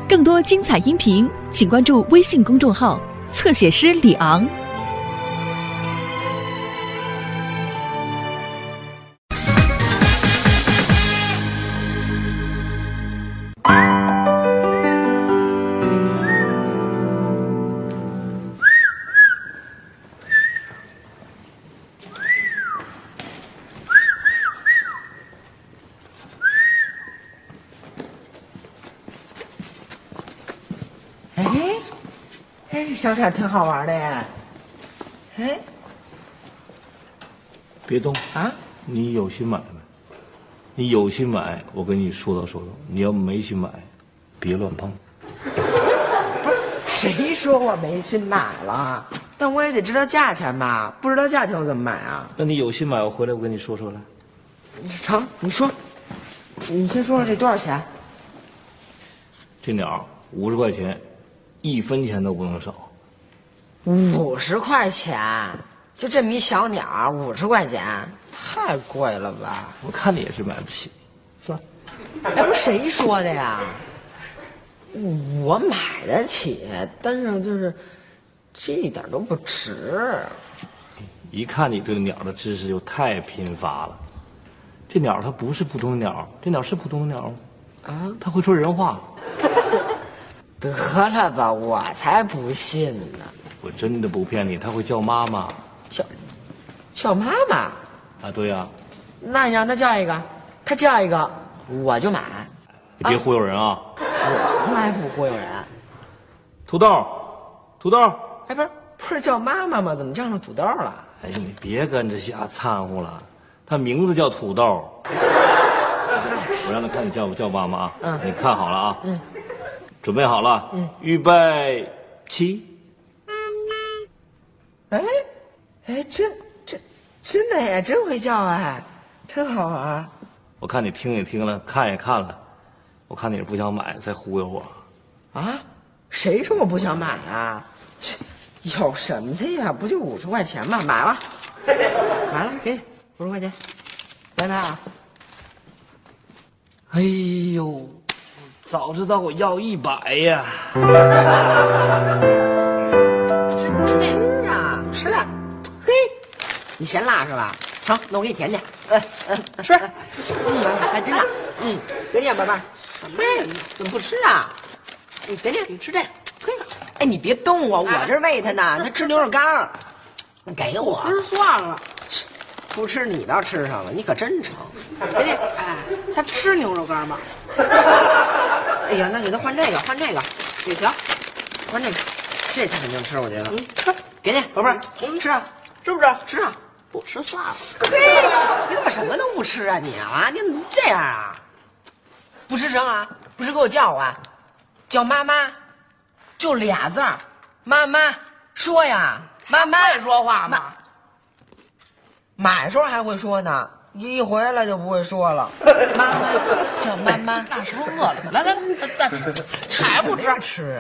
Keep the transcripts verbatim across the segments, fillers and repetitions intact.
更多精彩音频，请关注微信公众号“侧写师李昂”。 哎，哎，这小点挺好玩的呀。哎， 别动啊！ 你有心买没？你有心买，我跟你说道说道；你要没心买，别乱碰。 不是，谁说我没心买了？但我也得知道价钱吧？不知道价钱我怎么买啊？ 那你有心买，我回来我跟你说说来。 成，你说，你先说说这多少钱？ 这鸟五十块钱，一分钱都不能少。 五十块钱，就这么一小鸟，五十块钱，太贵了吧？ 我看你也是买不起，算。 哎，不是谁说的呀？我买得起，但是就是这一点都不值。 一看你对鸟的知识就太贫乏了。这鸟它不是普通的鸟，这鸟是普通的鸟吗？啊，它会说人话。 得了吧，我才不信呢！ 我真的不骗你，它会叫妈妈。 叫叫妈妈啊？对呀、啊。 那你让它叫一个，它叫一个，我就买。 你别忽悠人啊！ 我从来不忽悠人。 土豆，土豆。 哎，不是不是叫妈妈吗？怎么叫上土豆了？ 哎呀，你别跟着瞎掺和了，它名字叫土豆。我让他看你叫不叫妈妈啊？嗯，你看好了啊。嗯。准备好了，嗯，预备起。 哎，哎，真真真的呀，真会叫哎，真好玩。 我看你听也听了，看也看了，我看你是不想买，再忽悠我。 啊？谁说我不想买啊？有什么的呀？不就五十块钱吗？买了，买了，给你五十块钱，拜拜啊。 哎呦！早知道我要一百呀！ 吃啊，吃啊！嘿，你嫌辣是吧？成，那我给你舔舔。嗯嗯，吃。嗯，还真辣。嗯，给你啊，宝贝儿。嘿，怎么不吃啊？你给你，你吃这。嘿，哎，你别动我，我这喂它呢，它吃牛肉干。给我。 吃算了。 不吃你倒吃上了，你可真成。给你。 哎，它吃牛肉干吗？ 哎呀，那给他换这个，换这个也行，换这个，这他肯定吃，我觉得。嗯，吃，给你，宝贝儿，吃啊， 是不是？ 吃啊， 不吃算了。 嘿，你怎么什么都不吃啊你啊？你怎么这样啊？不吃什么？不是给我叫啊？叫妈妈，就俩字儿，妈妈。说呀，妈妈。 会说话吗？ 买时候还会说呢。一回来就不会说了，妈妈叫妈妈， 那是不是饿了？来来来，再再吃，还不吃？ 吃啊！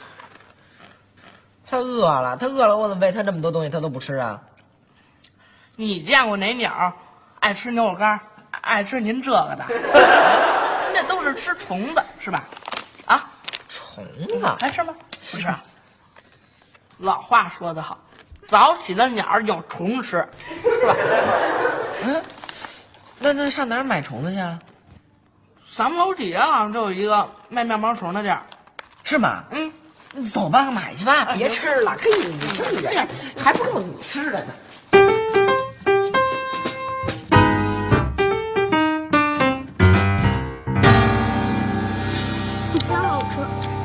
他饿了，他饿了，我怎么喂他这么多东西，他都不吃啊？ 你见过哪鸟爱吃牛肉干，爱吃您这个的？那都是吃虫子是吧？啊， 虫子爱吃吗？不吃。老话说得好，早起的鸟有虫吃，是吧？ 嗯。那那上哪儿买虫子去啊？ 咱们楼底下好像就有一个卖面包虫的地儿， 是吗？嗯，你走吧，买去吧，别吃了。嘿，你这人还不够你吃的呢。 真好吃。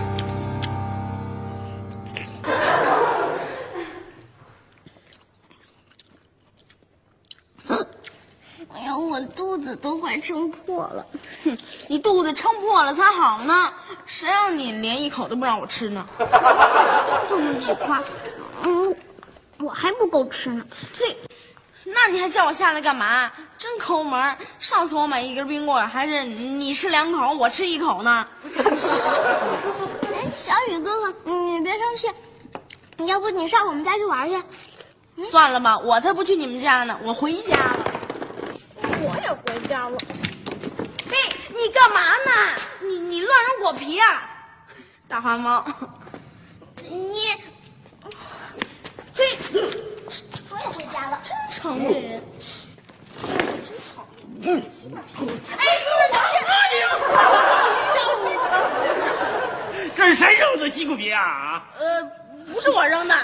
哎呀，我肚子都快撑破了。 哼，你肚子撑破了才好呢，谁让你连一口都不让我吃呢？ 这么几块，嗯，我还不够吃呢。 嘿，那你还叫我下来干嘛？真抠门！上次我买一根冰棍，还是你吃两口，我吃一口呢。 哎，小雨哥哥，你别生气，要不你上我们家去玩去？ 嗯、算了吧，我才不去你们家呢，我回家了。 我也回家了。 嘿，你干嘛呢？你你乱扔果皮啊！ 大花猫。 你，嘿，我也回家了， 真成这人。真好。 嗯。 哎，小心！哎呦，小心！ 这是谁扔的西瓜皮啊？ 呃，不是我扔的。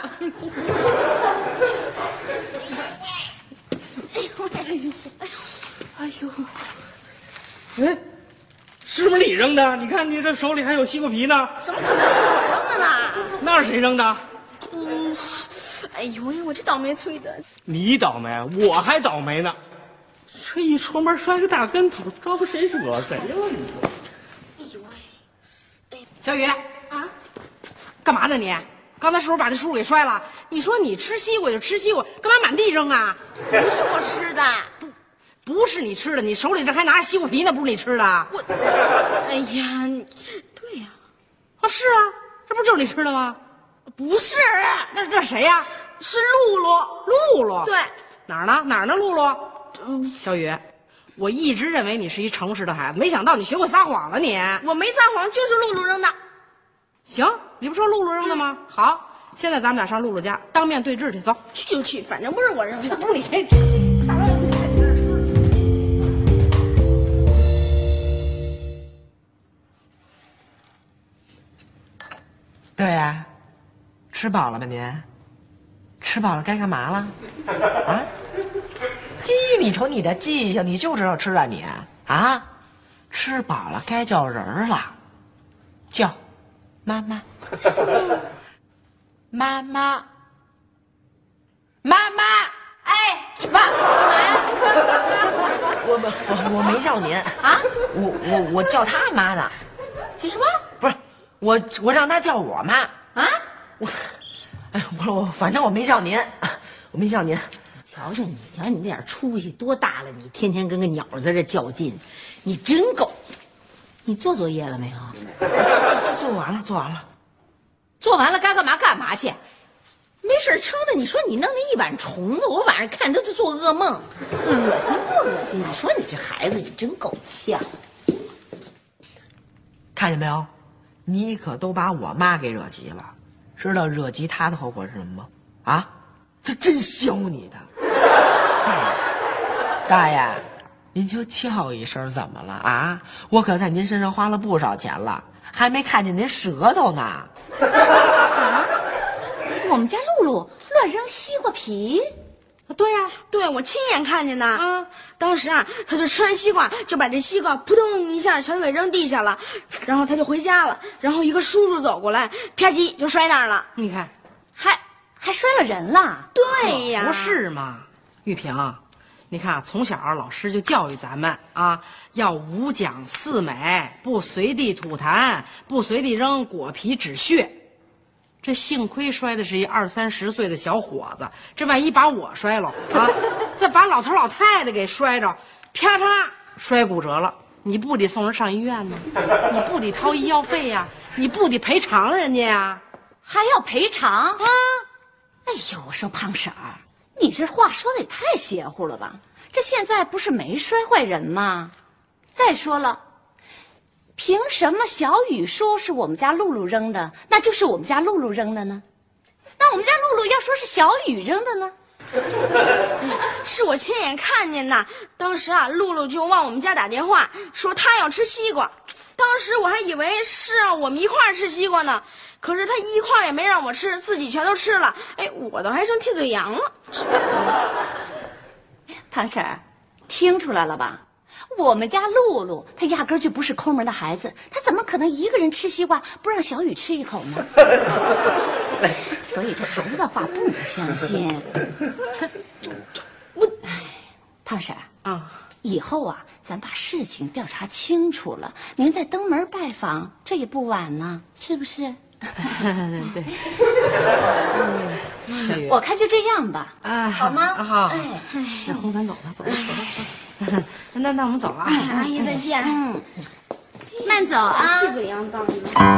哎呦哎呦哎呦！ 哎，是不是你扔的？你看你这手里还有西瓜皮呢。 怎么可能是我扔的呢？ 那是谁扔的？ 嗯，哎呦喂，我这倒霉催的。 你倒霉，我还倒霉呢。这一出门摔个大跟头，招不谁惹谁了？你说？ 哎呦喂！ 小雨啊，干嘛呢你？刚才是不是把那书给摔了？你说你吃西瓜就吃西瓜，干嘛满地扔啊？ 不是我吃的， 不，不是你吃的，你手里这还拿着西瓜皮呢，不是你吃的。 我，哎呀，你对呀， 啊是啊，这不就是你吃的吗？ 不是， 那那是谁呀？ 是露露。 露露。 对， 哪儿呢？哪儿呢？露露。嗯，小雨，我一直认为你是一诚实的孩子，没想到你学会撒谎了你。 我没撒谎，就是露露扔的。 行，你不说露露扔的吗？好，现在咱们俩上露露家当面对质去，走。 去就去，反正不是我扔的。 不是你谁？ 对呀，吃饱了吧您？吃饱了该干嘛了？啊？嘿，你瞅你这记性，你就知道吃啊你啊！吃饱了该叫人了，叫妈妈，妈妈，妈妈！ 哎， 妈，我我我我没叫您啊，我我我叫他妈呢。 叫什么？ 不是，我我让他叫我妈啊！ 我，哎，不是我，反正我没叫您，我没叫您。 瞧瞧你，瞧你那点出息，多大了你，天天跟个鸟在这较劲，你真够！你做作业了没有？ 做完了，做完了， 做完了该干嘛干嘛去，没事撑的。你说你弄那一碗虫子，我晚上看着都做噩梦，恶心不恶心？你说你这孩子，你真够呛。 看见没有？你可都把我妈给惹急了，知道惹急她的后果是什么吗？啊，她真削你的。大爷，大爷，您就叫一声怎么了啊？我可在您身上花了不少钱了，还没看见您舌头呢。 啊，我们家露露乱扔西瓜皮。 对呀、啊，对我亲眼看见的啊！当时啊，他就吃完西瓜，就把这西瓜扑通一下全给扔地下了，然后他就回家了。然后一个叔叔走过来，啪叽就摔那儿了。 你看， 还还摔了人了。 对呀， 不是嘛，玉萍，你看从小老师就教育咱们啊，要五讲四美，不随地吐痰，不随地扔果皮止血。这幸亏摔的是一二三十岁的小伙子，这万一把我摔了啊，再把老头老太太给摔着，啪嚓摔骨折了，你不得送人上医院呢？你不得掏医药费呀？你不得赔偿人家呀？ 还要赔偿啊？哎呦，我说胖婶儿，你这话说的也太邪乎了吧？这现在不是没摔坏人吗？再说了。凭什么小雨说是我们家露露扔的，那就是我们家露露扔的呢？那我们家露露要说是小雨扔的呢？ 是我亲眼看见的。当时啊，露露就往我们家打电话，说她要吃西瓜。当时我还以为是让我们一块儿吃西瓜呢，可是她一块儿也没让我吃，自己全都吃了。哎，我倒还剩替嘴羊了。 胖婶儿，听出来了吧？我们家露露，她压根儿就不是抠门的孩子，她怎么可能一个人吃西瓜不让小雨吃一口呢？所以这孩子的话不能相信。我，哎，胖婶儿啊，以后啊，咱把事情调查清楚了，您再登门拜访，这也不晚呢，是不是？ 对。嗯，小雨， 我看就这样吧， 啊， 好吗？ 好， 哎， 那红咱走了，走了，走了。那那我们走了啊！ 阿姨再见。 嗯，慢走啊！ 替嘴羊当的。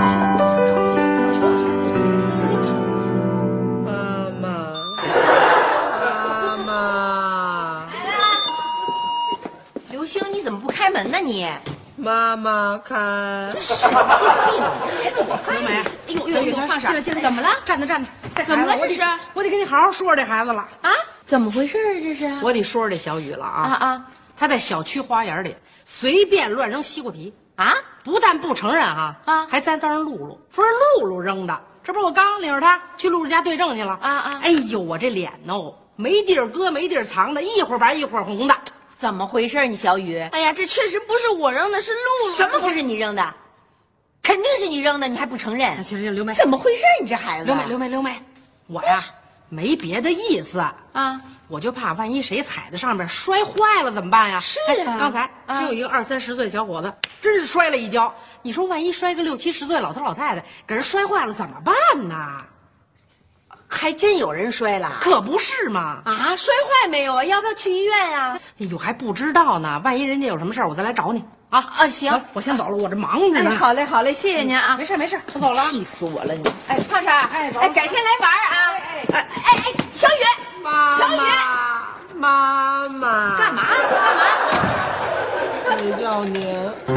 妈妈，妈妈， 刘星，你怎么不开门呢你？ 妈妈看。 神经病！这孩子我发刘梅， 哎呦呦呦，胖婶， 进来进来， 怎么了？ 站着站着，这怎么了孩子这是？ 我得跟你好好说说这孩子了啊？怎么回事啊？这是？ 我得说说这小雨了啊啊啊！ 他在小区花园里随便乱扔西瓜皮啊！ 不但不承认哈啊， 还栽赃人露露，说是露露扔的。这不是我刚领着他去露露家对证去了啊啊！ 哎呦，我这脸哦，没地儿搁，没地儿藏的，一会儿白一会儿红的。 怎么回事？你小雨？ 哎呀，这确实不是我扔的，是露露。 什么不是你扔的？肯定是你扔的，你还不承认？ 行行，刘梅， 怎么回事？你这孩子？ 刘梅，刘梅，刘梅，我呀没别的意思啊， 我就怕万一谁踩在上面摔坏了怎么办呀？ 是啊，刚才就有一个二三十岁的小伙子，真是摔了一跤。你说万一摔个六七十岁老头老太太，给人摔坏了怎么办呢？ 还真有人摔了， 可不是嘛！ 啊，摔坏没有啊？要不要去医院啊？ 哎呦，还不知道呢。万一人家有什么事儿，我再来找你啊！ 啊，行， 我先走了，我这忙着呢。 哎，好嘞，好嘞，谢谢您啊。 没事没事，我走了。 气死我了你！哎，胖婶，哎哎， 改天来玩啊！哎哎哎哎，小雨， 妈小雨， 妈妈， 干嘛干嘛？ 没叫您。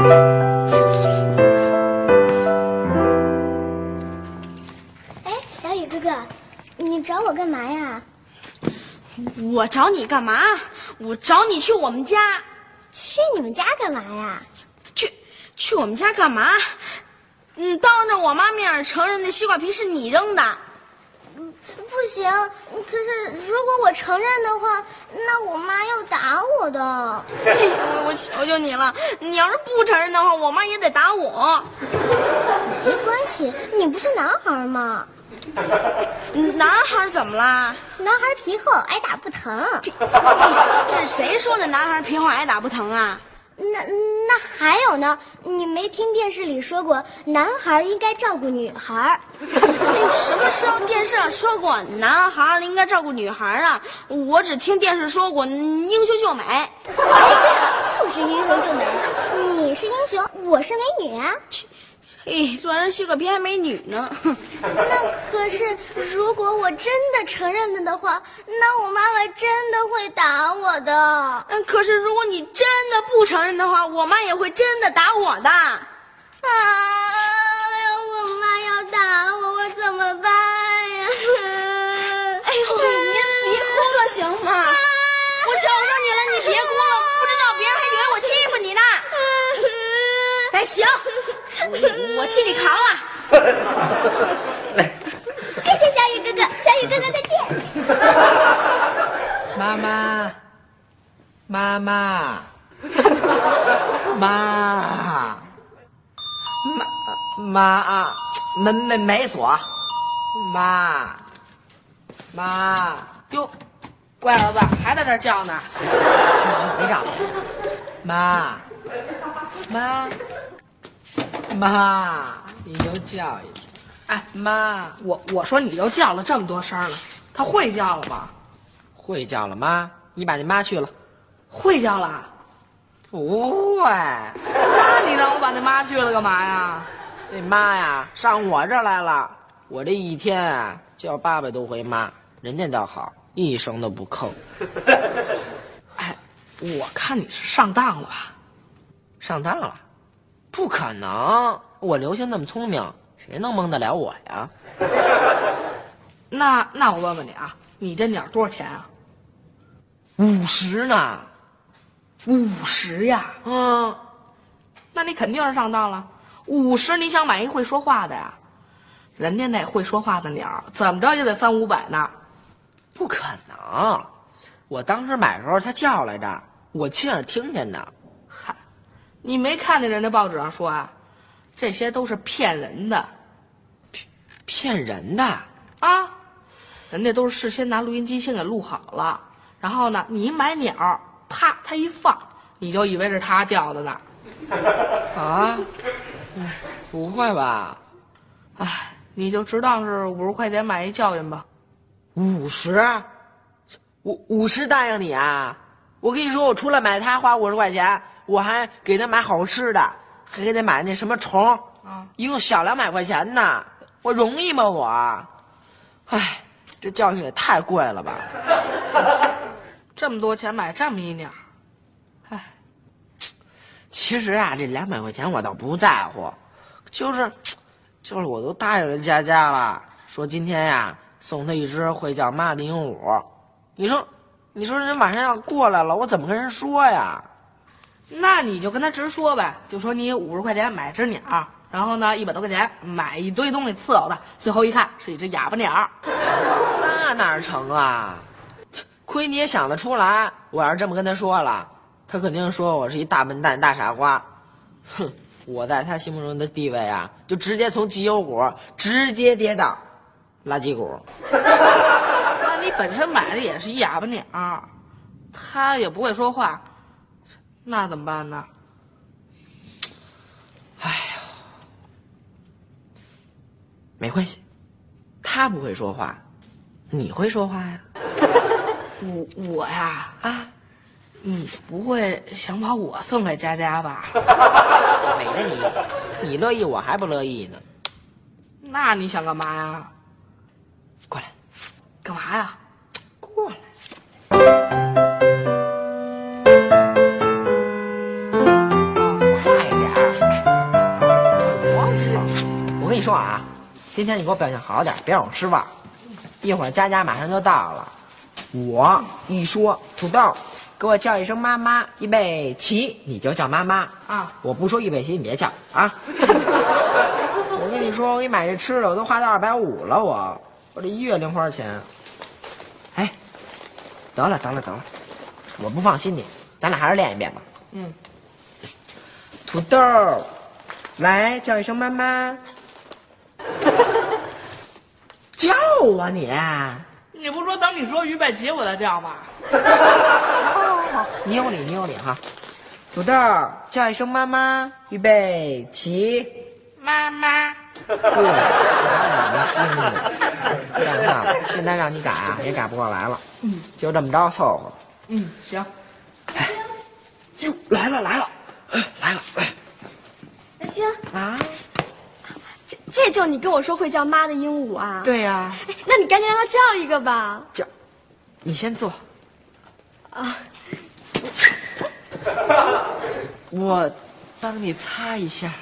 哎，小雨哥哥，你找我干嘛呀？ 我找你干嘛？我找你去我们家。 去你们家干嘛呀？ 去去我们家干嘛？嗯，当着我妈面承认那西瓜皮是你扔的。 不行，可是如果我承认的话，那我妈要打我的。 我我求求你了，你要是不承认的话，我妈也得打我。 没关系，你不是男孩吗？ 男孩怎么啦？ 男孩皮厚，挨打不疼。 这是谁说的？男孩皮厚挨打不疼啊？ 那那还有呢？你没听电视里说过，男孩应该照顾女孩？ 哎，什么时候电视上说过男孩应该照顾女孩啊？我只听电视说过英雄救美。 哎，对了，就是英雄救美。你是英雄，我是美女啊。 嘿，乱扔西瓜皮还美女呢。 那可是，如果我真的承认了的话，那我妈妈真的会打我的。 嗯，可是如果你真的不承认的话，我妈也会真的打我的。啊， 我妈要打我，我怎么办呀？ 哎呦，您别哭了行吗？我求求你了，你别哭了，不知道别人还以为我欺负你呢。哎，行，我我替你扛了。 谢谢小雨哥哥，小雨哥哥再见。 妈妈，妈妈，妈，妈妈，门没没锁，妈，妈， 哟，乖儿子还在这儿叫呢。 去去，没找着。妈，妈，妈，你又叫一声。 哎， 妈， 我我说你都叫了这么多声了，他会叫了吧？ 会叫了妈，你把那妈去了。 会叫了？ 不会。 那你让我把那妈去了干嘛呀？ 那妈呀，上我这儿来了。我这一天啊，叫八百多回妈，人家倒好，一声都不吭。 哎，我看你是上当了吧？ 上当了？不可能！我刘星那么聪明，谁能蒙得了我呀？ 那那我问问你啊，你这鸟多少钱啊？ 五十呢？ 五十呀？ 嗯， 那你肯定是上当了。五十，你想买一会说话的呀？人家那会说话的鸟，怎么着也得三五百呢。 不可能！我当时买的时候，它叫来着，我亲耳听见的。 嗨，你没看见人家报纸上说啊，这些都是骗人的， 骗人的啊！人家都是事先拿录音机先给录好了，然后呢，你一买鸟，啪，它一放，你就以为是它叫的呢。 啊？不会吧？ 哎，你就值当是五十块钱买一教训吧。 五十？五五十答应你啊？我跟你说，我除了买它花五十块钱，我还给他买好吃的，还给他买那什么虫，啊，一共小两百块钱呢。我容易吗我？唉，这教训也太贵了吧！ 这么多钱买这么一鸟，唉， 其实啊，这两百块钱我倒不在乎，就是，就是我都答应人佳佳了，说今天呀送她一只会叫妈的鹦鹉。你说，你说人马上要过来了，我怎么跟人说呀？ 那你就跟他直说呗，就说你五十块钱买只鸟，然后呢一百多块钱买一堆东西伺候的，最后一看是一只哑巴鸟。 那哪成啊？亏你也想得出来！我要是这么跟他说了，他肯定说我是一大笨蛋、大傻瓜。哼，我在他心目中的地位啊，就直接从绩优股直接跌到垃圾股。 那你本身买的也是一哑巴鸟，他也不会说话，那怎么办呢？ 哎呦，没关系，他不会说话，你会说话呀？ 我我呀啊， 你不会想把我送给佳佳吧？ 美的你，你乐意我还不乐意呢。 那你想干嘛呀？ 过来， 干嘛呀？ 过来。快点儿！我操！我跟你说啊，今天你给我表现好点，别让我失望。一会儿佳佳马上就到了。我一说土豆，给我叫一声妈妈，预备起，你就叫妈妈啊！ 我不说预备起，你别叫啊！我跟你说，我给你买这吃的，我都花到二百五了，我我这一月零花钱。哎，得了得了得了，我不放心你，咱俩还是练一遍吧。 嗯。 土豆，来叫一声妈妈。叫啊你！ 你不说等你说预备起我再叫吗？ 好好好，你有理你有理哈。土豆叫一声妈妈，预备起。 妈妈。 不，你听的，这样大了，现在让你改啊，也改不过来了。嗯，就这么着凑合。 嗯，行。 哎，哟，来了来了，来了。 阿星啊。 这这就是你跟我说会叫妈的鹦鹉啊？ 对呀、啊。 那你赶紧让它叫一个吧。 叫，你先坐。 啊。 我帮你擦一下。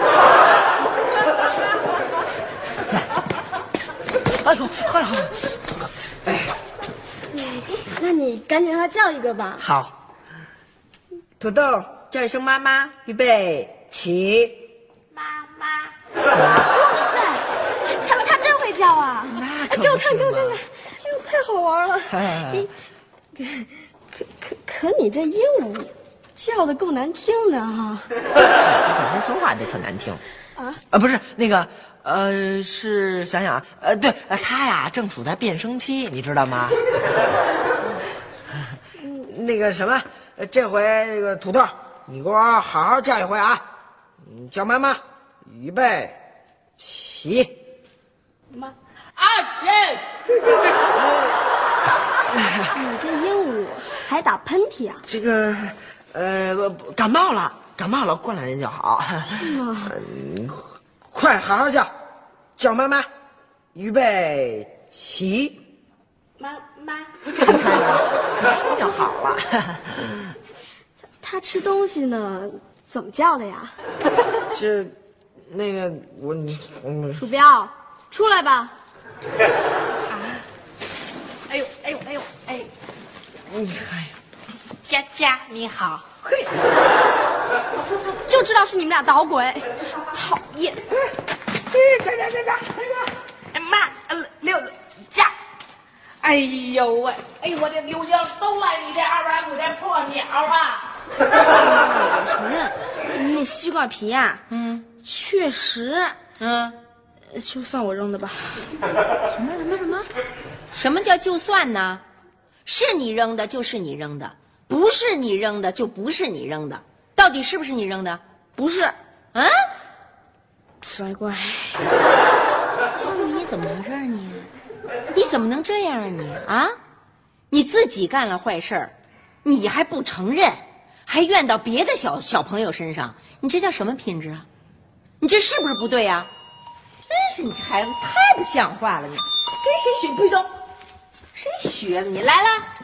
哎呦，哎呦，哎。 那你赶紧让它叫一个吧。 好。土豆叫一声妈妈，预备起。 妈妈。 哇塞，他他真会叫啊！ 那可给我看， 不是给我看看， 吗哎呦，太好玩了！可可可你这鹦鹉叫的够难听的哈！ 跟人说话就特难听啊啊！不是那个，呃，是想想，呃，对，呃，他呀正处在变声期，你知道吗？那个什么，这回这个土豆，你给我好好叫一回啊！你叫妈妈。预备，起！ 妈，阿珍， 你这鹦鹉还打喷嚏啊？ 这个，呃，感冒了，感冒了，过两天就好。嗯，快好好叫，叫妈妈，预备，起！ 妈妈， 看看，马上就好了。 他吃东西呢，怎么叫的呀？ 这。那个我你我鼠标，出来吧！ 啊！哎呦哎呦哎呦哎！ 你看呀， 佳佳你好， 嘿， 就知道是你们俩捣鬼，讨厌！ 哎，佳佳佳佳佳佳， 哎妈，呃六佳，哎呦喂，哎我这刘星都赖你这二百五这破鸟啊！ 现在我承认，那西瓜皮啊， 嗯。 确实， 嗯， 就算我扔的吧。 什么什么什么？什么叫就算呢？是你扔的就是你扔的，不是你扔的就不是你扔的。到底是不是你扔的？ 不是。 嗯？ 乖乖， 小雨，你怎么回事啊你？你怎么能这样啊你啊？你自己干了坏事儿，你还不承认，还怨到别的小小朋友身上，你这叫什么品质啊？你这是不是不对呀、啊？真是你这孩子太不像话了！你跟谁学？不许动！谁学的？你来了，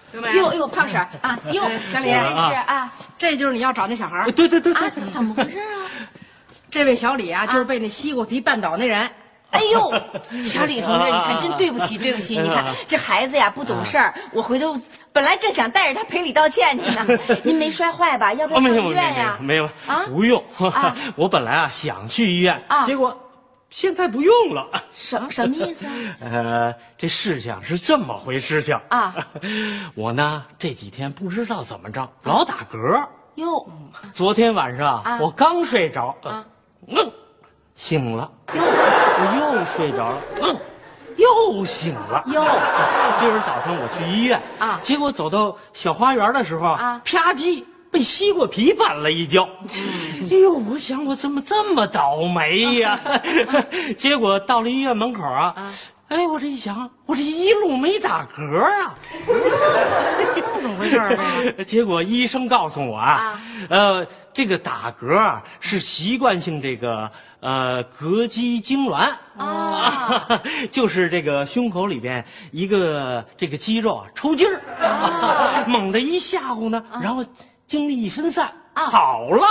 对没？ 哟哟，胖婶儿啊，哟， 小李是啊， 这就是你要找那小孩儿。 对对对对啊，怎么回事啊？ 这位小李啊，就是被那西瓜皮绊倒那人。 哎呦，小李同志，你看真对不起，对不起！你看这孩子呀不懂事儿，我回头本来正想带着他赔礼道歉去呢。您没摔坏吧？要不要上医院呀？ 没有， 啊， 不用。我本来啊想去医院，结果现在不用了。 什么什么意思啊？ 呃，这事情是这么回事情啊。 我呢这几天不知道怎么着，老打嗝。 哟， 昨天晚上我刚睡着，嗯。醒了，又我又睡着了，嗯，又醒了， 哟。 今儿早上我去医院啊，结果走到小花园的时候啊，啪叽被西瓜皮绊了一跤。哎呦，我想我怎么这么倒霉呀？结果到了医院门口啊，哎，我这一想，我这一路没打嗝啊， 怎么回事啊？ 结果医生告诉我啊，呃，这个打嗝啊是习惯性这个。呃，膈肌痉挛啊，就是这个胸口里边一个这个肌肉啊抽筋儿，啊、猛的一吓唬呢，然后精力一分散，啊、好了。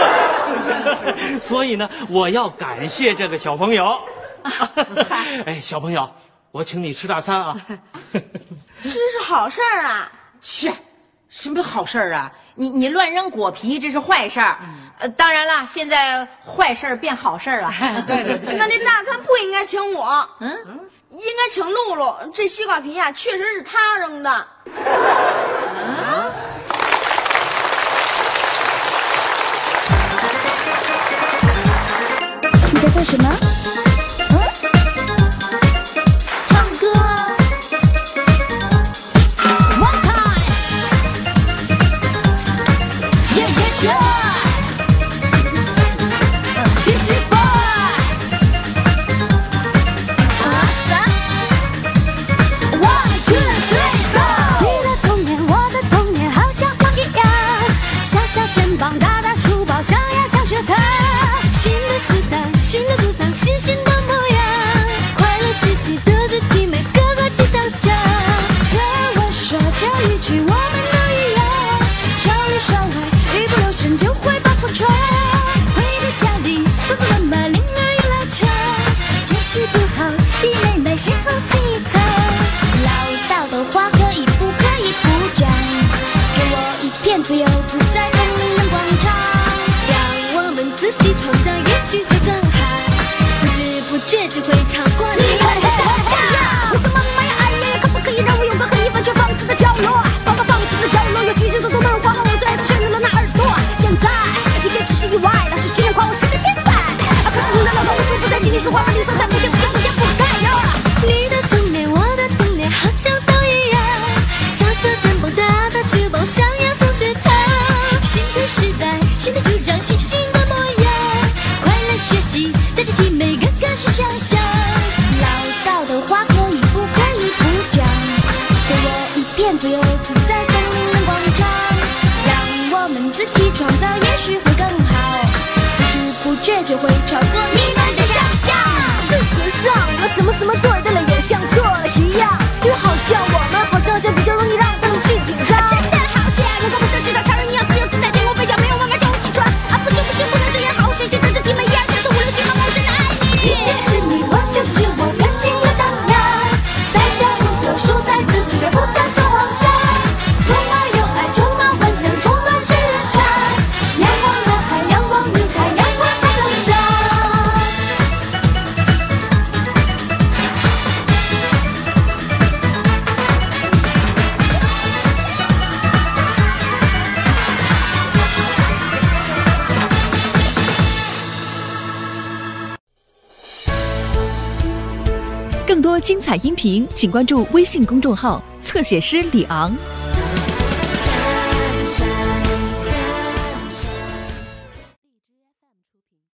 所以呢，我要感谢这个小朋友。哎，小朋友，我请你吃大餐啊。 这是好事儿啊！ 是。什么好事儿啊？你你乱扔果皮，这是坏事儿。呃，当然了，现在坏事儿变好事儿了。 对对对， 那这大餐不应该请我，嗯，应该请露露。这西瓜皮呀、啊，确实是他扔的。啊！ 你在做什么？气不好，弟妹妹谁好凄惨？唠叨的话可以不可以不讲？给我一片自由自在的阳光场，让我们自己创造，也许会更好。不知不觉只会超过你们的想象。我说妈妈呀，哎呀，可不可以让我有个可以完全放肆的角落？爸爸放肆的角落有许许多多的人夸我再次选择了那耳朵。现在一切只是意外，老师竟然夸我是个天才。啊，可是你的老公无处不在，尽力说话，你说在不见不见不见不该呀。你的童年，我的童年，好像都一样。小小肩膀，大大书包，上呀上学堂。新的时代，新的主张，新新的模样。快乐学习，带着体每个个是强项。唠叨的话可以不可以不讲？给我一片自由自在的阳光场，让我们自己创造，也许会更好。不知不觉就会超过你们的想象。事实上，我什么什么对的了，也像错了一样。就好像我们好像就比较容易让他们去紧张。真的好像如果不像其他常人一样自由自在，天空飞翔，没有妈妈叫我起床。啊，不行不行，不能这样，好好学习，跟着弟妹一样，跟着我的心，妈妈我真的爱你。你就是你，我就是我，任性又张扬。在小路走，树在自主的不断守望上，充满有爱，充满幻想，充满时尚。阳光男孩，阳光女孩，阳光在成长。 更多精彩音频，请关注微信公众号“侧写师李昂”。